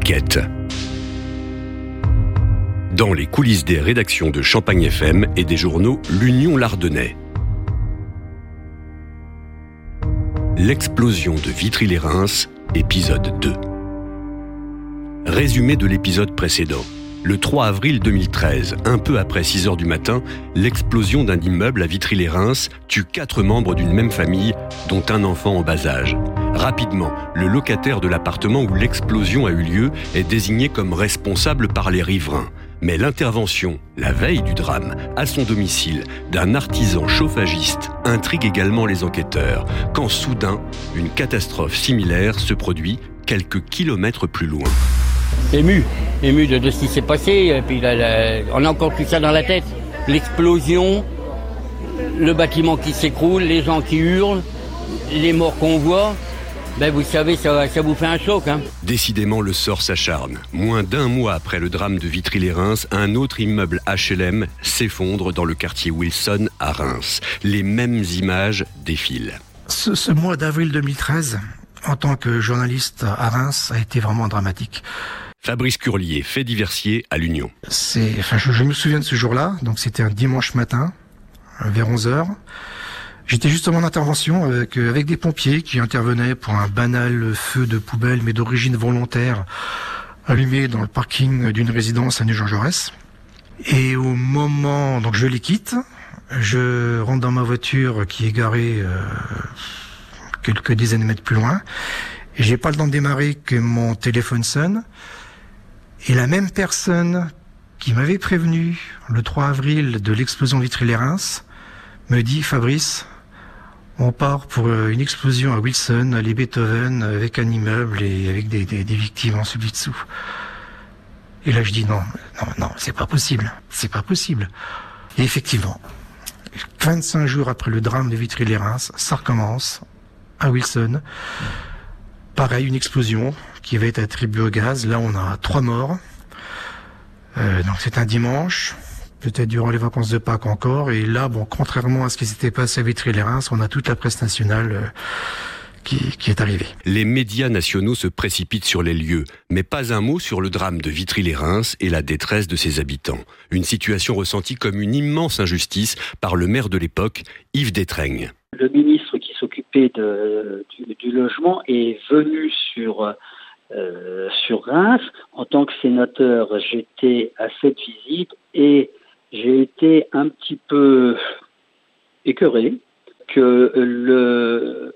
l'enquête. Dans les coulisses des rédactions de Champagne FM et des journaux L'Union l'Ardennais. L'explosion de Vitry-les-Reims, épisode 2. Résumé de l'épisode précédent. Le 3 avril 2013, un peu après 6h du matin, l'explosion d'un immeuble à Vitry-les-Reims tue 4 membres d'une même famille, dont un enfant en bas âge. Rapidement, le locataire de l'appartement où l'explosion a eu lieu est désigné comme responsable par les riverains. Mais l'intervention, la veille du drame, à son domicile, d'un artisan chauffagiste intrigue également les enquêteurs, quand soudain, une catastrophe similaire se produit quelques kilomètres plus loin. Ému de ce qui s'est passé, et puis on a encore tout ça dans la tête. L'explosion, le bâtiment qui s'écroule, les gens qui hurlent, les morts qu'on voit. Vous savez, ça vous fait un choc. Décidément, le sort s'acharne. Moins d'un mois après le drame de Vitry-les-Reims, un autre immeuble HLM s'effondre dans le quartier Wilson à Reims. Les mêmes images défilent. Ce mois d'avril 2013, en tant que journaliste à Reims, a été vraiment dramatique. Fabrice Curlier, fait diversier à l'Union. Je me souviens de ce jour-là, donc c'était un dimanche matin, vers 11h. J'étais justement en intervention avec des pompiers qui intervenaient pour un banal feu de poubelle, mais d'origine volontaire, allumé dans le parking d'une résidence à Nogent-Jaurès. Et au moment, donc je les quitte, je rentre dans ma voiture qui est garée quelques dizaines de mètres plus loin, et j'ai pas le temps de démarrer que mon téléphone sonne, et la même personne qui m'avait prévenu le 3 avril de l'explosion de Vitry-les-Reims me dit: Fabrice, on part pour une explosion à Wilson, à les Beethoven, avec un immeuble et avec des victimes en dessous. Et là je dis non, c'est pas possible. Et effectivement, 25 jours après le drame de Vitry-les-Reims, ça recommence à Wilson. Pareil, une explosion qui va être attribuée au gaz. Là, on a 3 morts. Donc c'est un dimanche, peut-être durant les vacances de Pâques encore. Et là, contrairement à ce qui s'était passé à Vitry-les-Reims, on a toute la presse nationale qui est arrivée. Les médias nationaux se précipitent sur les lieux, mais pas un mot sur le drame de Vitry-les-Reims et la détresse de ses habitants. Une situation ressentie comme une immense injustice par le maire de l'époque, Yves Détraigne. Le ministre qui s'occupait du logement est venu sur Reims. En tant que sénateur, j'étais à cette visite et j'ai été un petit peu écœuré que le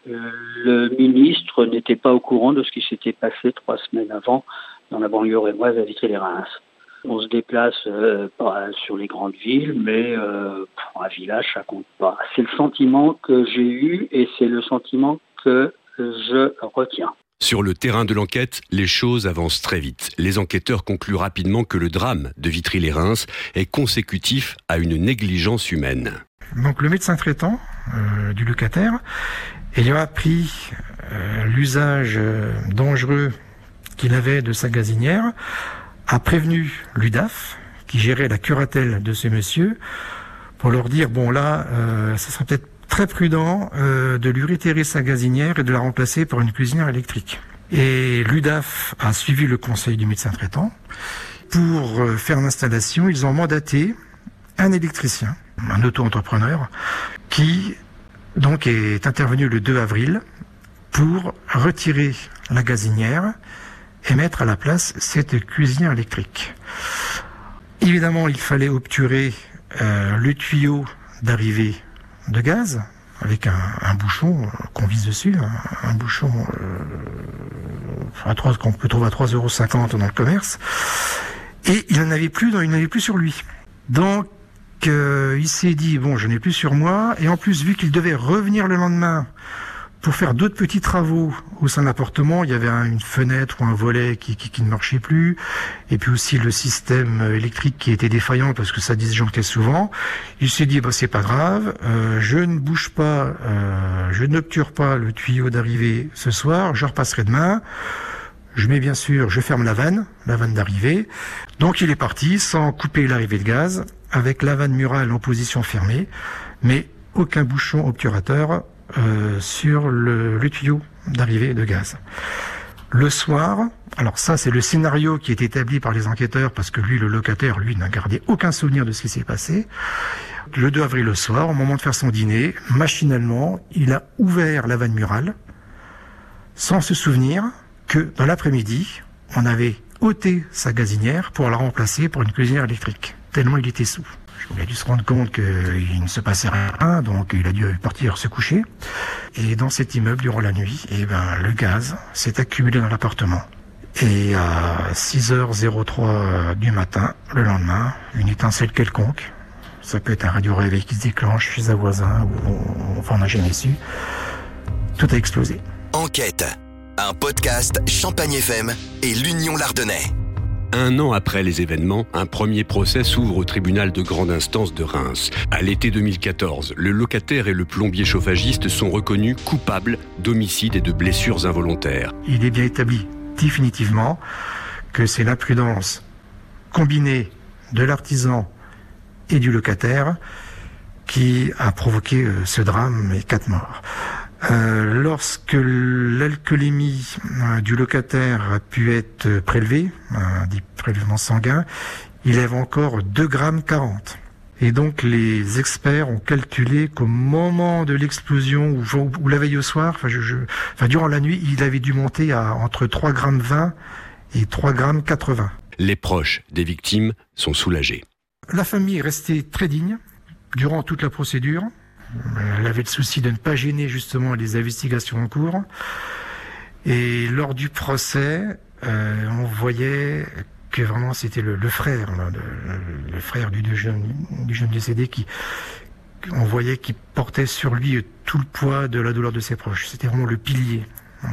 ministre n'était pas au courant de ce qui s'était passé 3 semaines avant dans la banlieue rémoise à Vitry-les-Reims. On se déplace pas sur les grandes villes, mais un village, ça compte pas. C'est le sentiment que j'ai eu et c'est le sentiment que je retiens. Sur le terrain de l'enquête, les choses avancent très vite. Les enquêteurs concluent rapidement que le drame de Vitry-les-Reims est consécutif à une négligence humaine. Donc le médecin traitant du locataire, ayant appris l'usage dangereux qu'il avait de sa gazinière, a prévenu l'UDAF, qui gérait la curatelle de ce monsieur, pour leur dire, ça serait peut-être très prudent de lui retirer sa gazinière et de la remplacer par une cuisinière électrique. Et l'UDAF a suivi le conseil du médecin traitant. Pour faire l'installation, ils ont mandaté un électricien, un auto-entrepreneur, qui donc est intervenu le 2 avril pour retirer la gazinière et mettre à la place cette cuisinière électrique. Évidemment, il fallait obturer le tuyau d'arrivée de gaz avec un bouchon qu'on vise dessus, un bouchon qu'on peut trouver à 3,50 € dans le commerce. Et il n'avait plus sur lui. Donc il s'est dit, je n'ai plus sur moi, et en plus, vu qu'il devait revenir le lendemain pour faire d'autres petits travaux au sein de l'appartement, il y avait une fenêtre ou un volet qui ne marchait plus, et puis aussi le système électrique qui était défaillant parce que ça disjonctait souvent. Il s'est dit, c'est pas grave, je ne bouge pas, je n'obture pas le tuyau d'arrivée ce soir, je repasserai demain. Je ferme la vanne d'arrivée. Donc il est parti sans couper l'arrivée de gaz, avec la vanne murale en position fermée, mais aucun bouchon obturateur sur le tuyau d'arrivée de gaz. Le soir, alors ça c'est le scénario qui est établi par les enquêteurs parce que lui, le locataire, lui, n'a gardé aucun souvenir de ce qui s'est passé. Le 2 avril le soir, au moment de faire son dîner, machinalement, il a ouvert la vanne murale sans se souvenir que dans l'après-midi, on avait ôté sa gazinière pour la remplacer pour une cuisinière électrique, tellement il était saoul. Il a dû se rendre compte qu'il ne se passait rien, donc il a dû partir se coucher. Et dans cet immeuble, durant la nuit, le gaz s'est accumulé dans l'appartement. Et à 6h03 du matin, le lendemain, une étincelle quelconque, ça peut être un radio-réveil qui se déclenche chez un voisin, ou on n'a jamais su, tout a explosé. Enquête, un podcast Champagne FM et l'Union Lardonnais. 1 an après les événements, un premier procès s'ouvre au tribunal de grande instance de Reims. À l'été 2014, le locataire et le plombier chauffagiste sont reconnus coupables d'homicide et de blessures involontaires. Il est bien établi définitivement que c'est l'imprudence combinée de l'artisan et du locataire qui a provoqué ce drame et 4 morts. Lorsque l'alcoolémie du locataire a pu être prélevée, dit prélèvement sanguin, il avait encore 2,40 g. Et donc les experts ont calculé qu'au moment de l'explosion ou la veille au soir, durant la nuit, il avait dû monter à entre 3,20 g et 3,80 g. Les proches des victimes sont soulagés. La famille est restée très digne durant toute la procédure. Elle avait le souci de ne pas gêner justement les investigations en cours. Et lors du procès, on voyait que vraiment c'était le frère, le frère du jeune décédé on voyait qu'il portait sur lui tout le poids de la douleur de ses proches. C'était vraiment le pilier.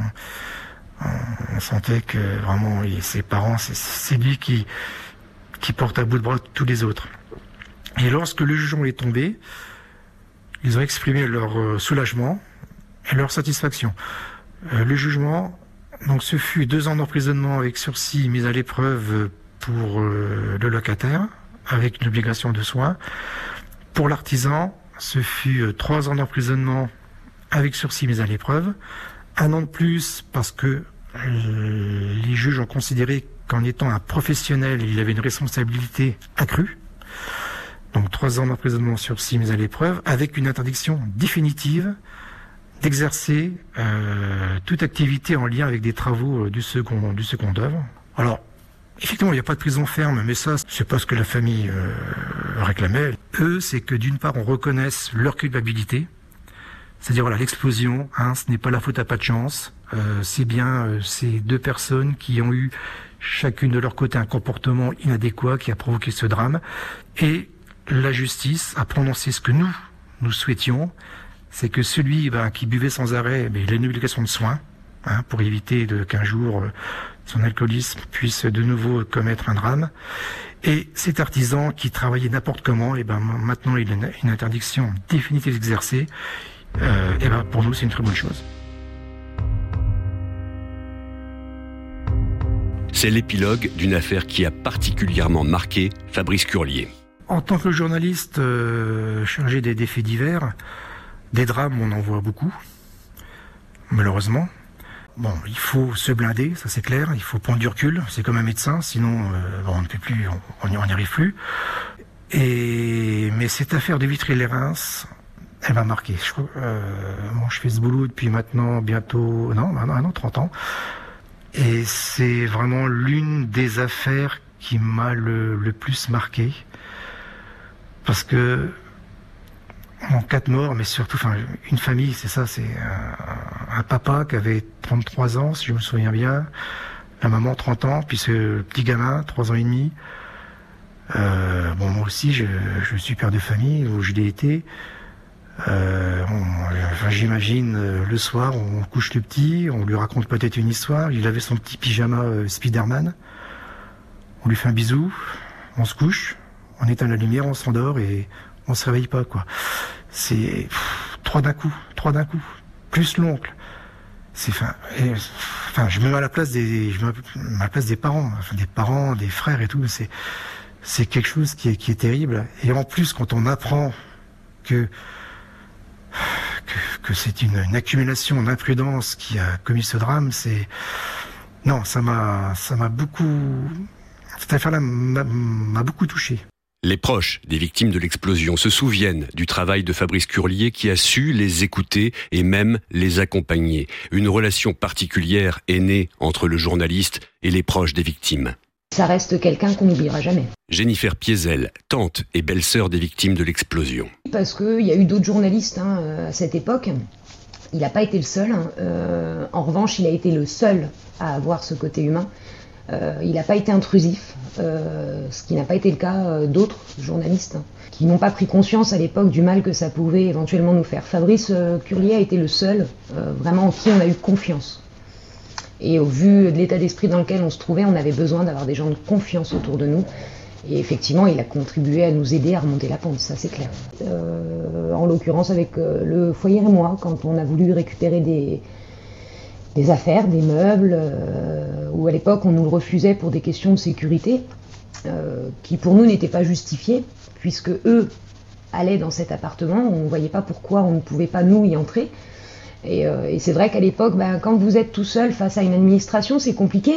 On sentait que vraiment ses parents, c'est lui qui porte à bout de bras tous les autres. Et lorsque le jugement est tombé, ils ont exprimé leur soulagement et leur satisfaction. Le jugement, donc, ce fut 2 ans d'emprisonnement avec sursis mis à l'épreuve pour le locataire, avec une obligation de soins. Pour l'artisan, ce fut 3 ans d'emprisonnement avec sursis mis à l'épreuve. 1 an de plus parce que les juges ont considéré qu'en étant un professionnel, il avait une responsabilité accrue. Donc 3 ans d'emprisonnement sursis mis à l'épreuve, avec une interdiction définitive d'exercer toute activité en lien avec des travaux du second œuvre. Alors, effectivement, il n'y a pas de prison ferme, mais ça, c'est pas ce que la famille réclamait. Eux, c'est que d'une part, on reconnaisse leur culpabilité, c'est-à-dire voilà, l'explosion, ce n'est pas la faute à pas de chance, c'est bien ces 2 personnes qui ont eu chacune de leur côté un comportement inadéquat qui a provoqué ce drame, et la justice a prononcé ce que nous souhaitions, c'est que celui qui buvait sans arrêt, il a une obligation de soins, pour éviter qu'un jour son alcoolisme puisse de nouveau commettre un drame. Et cet artisan qui travaillait n'importe comment, maintenant il a une interdiction définitive d'exercer. Pour nous c'est une très bonne chose. C'est l'épilogue d'une affaire qui a particulièrement marqué Fabrice Curlier. En tant que journaliste chargé des faits divers, des drames, on en voit beaucoup, malheureusement. Bon, il faut se blinder, ça c'est clair, il faut prendre du recul, c'est comme un médecin, sinon on ne peut plus, on n'y arrive plus. Mais cette affaire de Vitry-les-Reims, elle m'a marqué. Je fais ce boulot depuis maintenant bientôt, 30 ans. Et c'est vraiment l'une des affaires qui m'a le plus marqué. Parce que 4 morts, mais surtout, une famille, c'est ça, c'est un papa qui avait 33 ans, si je me souviens bien, la maman 30 ans, puis ce petit gamin, 3 ans et demi. Moi aussi, je suis père de famille, ou je l'ai été. J'imagine, le soir, on couche le petit, on lui raconte peut-être une histoire, il avait son petit pyjama Spider-Man, on lui fait un bisou, on se couche, on éteint la lumière, on s'endort et on se réveille pas, quoi. C'est 3 d'un coup, plus l'oncle. Je me mets à la place des parents, des frères et tout. C'est quelque chose qui est terrible. Et en plus, quand on apprend que c'est une accumulation d'imprudence qui a commis ce drame, Non, cette affaire-là m'a beaucoup touché. Les proches des victimes de l'explosion se souviennent du travail de Fabrice Curlier qui a su les écouter et même les accompagner. Une relation particulière est née entre le journaliste et les proches des victimes. Ça reste quelqu'un qu'on n'oubliera jamais. Jennifer Piézel, tante et belle-sœur des victimes de l'explosion. Parce qu'il y a eu d'autres journalistes à cette époque. Il n'a pas été le seul. En revanche, il a été le seul à avoir ce côté humain. Il n'a pas été intrusif, ce qui n'a pas été le cas d'autres journalistes qui n'ont pas pris conscience à l'époque du mal que ça pouvait éventuellement nous faire. Fabrice Curlier a été le seul vraiment en qui on a eu confiance. Et au vu de l'état d'esprit dans lequel on se trouvait, on avait besoin d'avoir des gens de confiance autour de nous. Et effectivement, il a contribué à nous aider à remonter la pente, ça c'est clair. En l'occurrence avec le foyer et moi, quand on a voulu récupérer des affaires, des meubles, où à l'époque on nous le refusait pour des questions de sécurité, qui pour nous n'étaient pas justifiées, puisque eux allaient dans cet appartement, on ne voyait pas pourquoi on ne pouvait pas nous y entrer. Et c'est vrai qu'à l'époque, quand vous êtes tout seul face à une administration, c'est compliqué.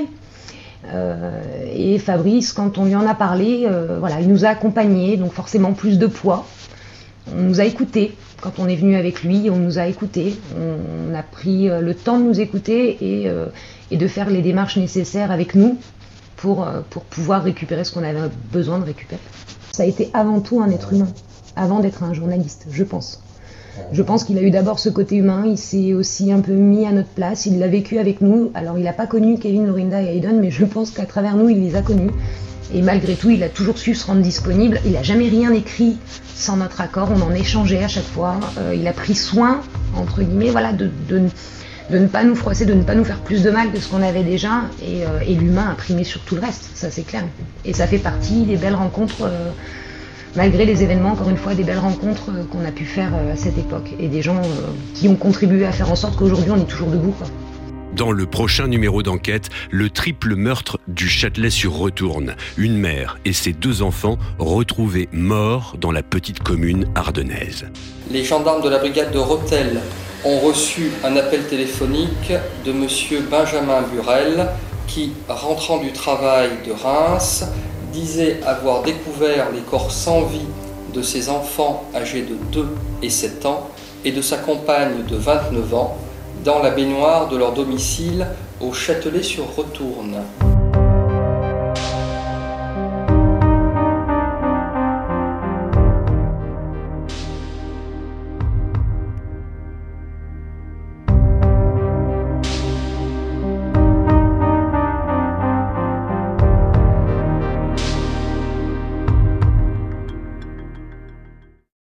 Et Fabrice, quand on lui en a parlé, il nous a accompagnés, donc forcément plus de poids. On nous a écoutés. Quand on est venu avec lui, on nous a écoutés. On a pris le temps de nous écouter et de faire les démarches nécessaires avec nous pour pouvoir récupérer ce qu'on avait besoin de récupérer. Ça a été avant tout un être humain, avant d'être un journaliste, je pense. Je pense qu'il a eu d'abord ce côté humain, il s'est aussi un peu mis à notre place, il l'a vécu avec nous. Alors il n'a pas connu Kevin, Lorinda et Hayden, mais je pense qu'à travers nous, il les a connus. Et malgré tout, il a toujours su se rendre disponible. Il n'a jamais rien écrit sans notre accord, on en échangeait à chaque fois. Il a pris soin, entre guillemets, de ne pas nous froisser, de ne pas nous faire plus de mal que ce qu'on avait déjà. Et l'humain a primé sur tout le reste, ça c'est clair. Et ça fait partie des belles rencontres, malgré les événements, encore une fois, des belles rencontres qu'on a pu faire à cette époque. Et des gens qui ont contribué à faire en sorte qu'aujourd'hui on est toujours debout, quoi. Dans le prochain numéro d'enquête, le triple meurtre du Châtelet-sur-Retourne. Une mère et ses 2 enfants retrouvés morts dans la petite commune ardennaise. Les gendarmes de la brigade de Rethel ont reçu un appel téléphonique de monsieur Benjamin Burel qui, rentrant du travail de Reims, disait avoir découvert les corps sans vie de ses enfants âgés de 2 et 7 ans et de sa compagne de 29 ans dans la baignoire de leur domicile au Châtelet-sur-Retourne.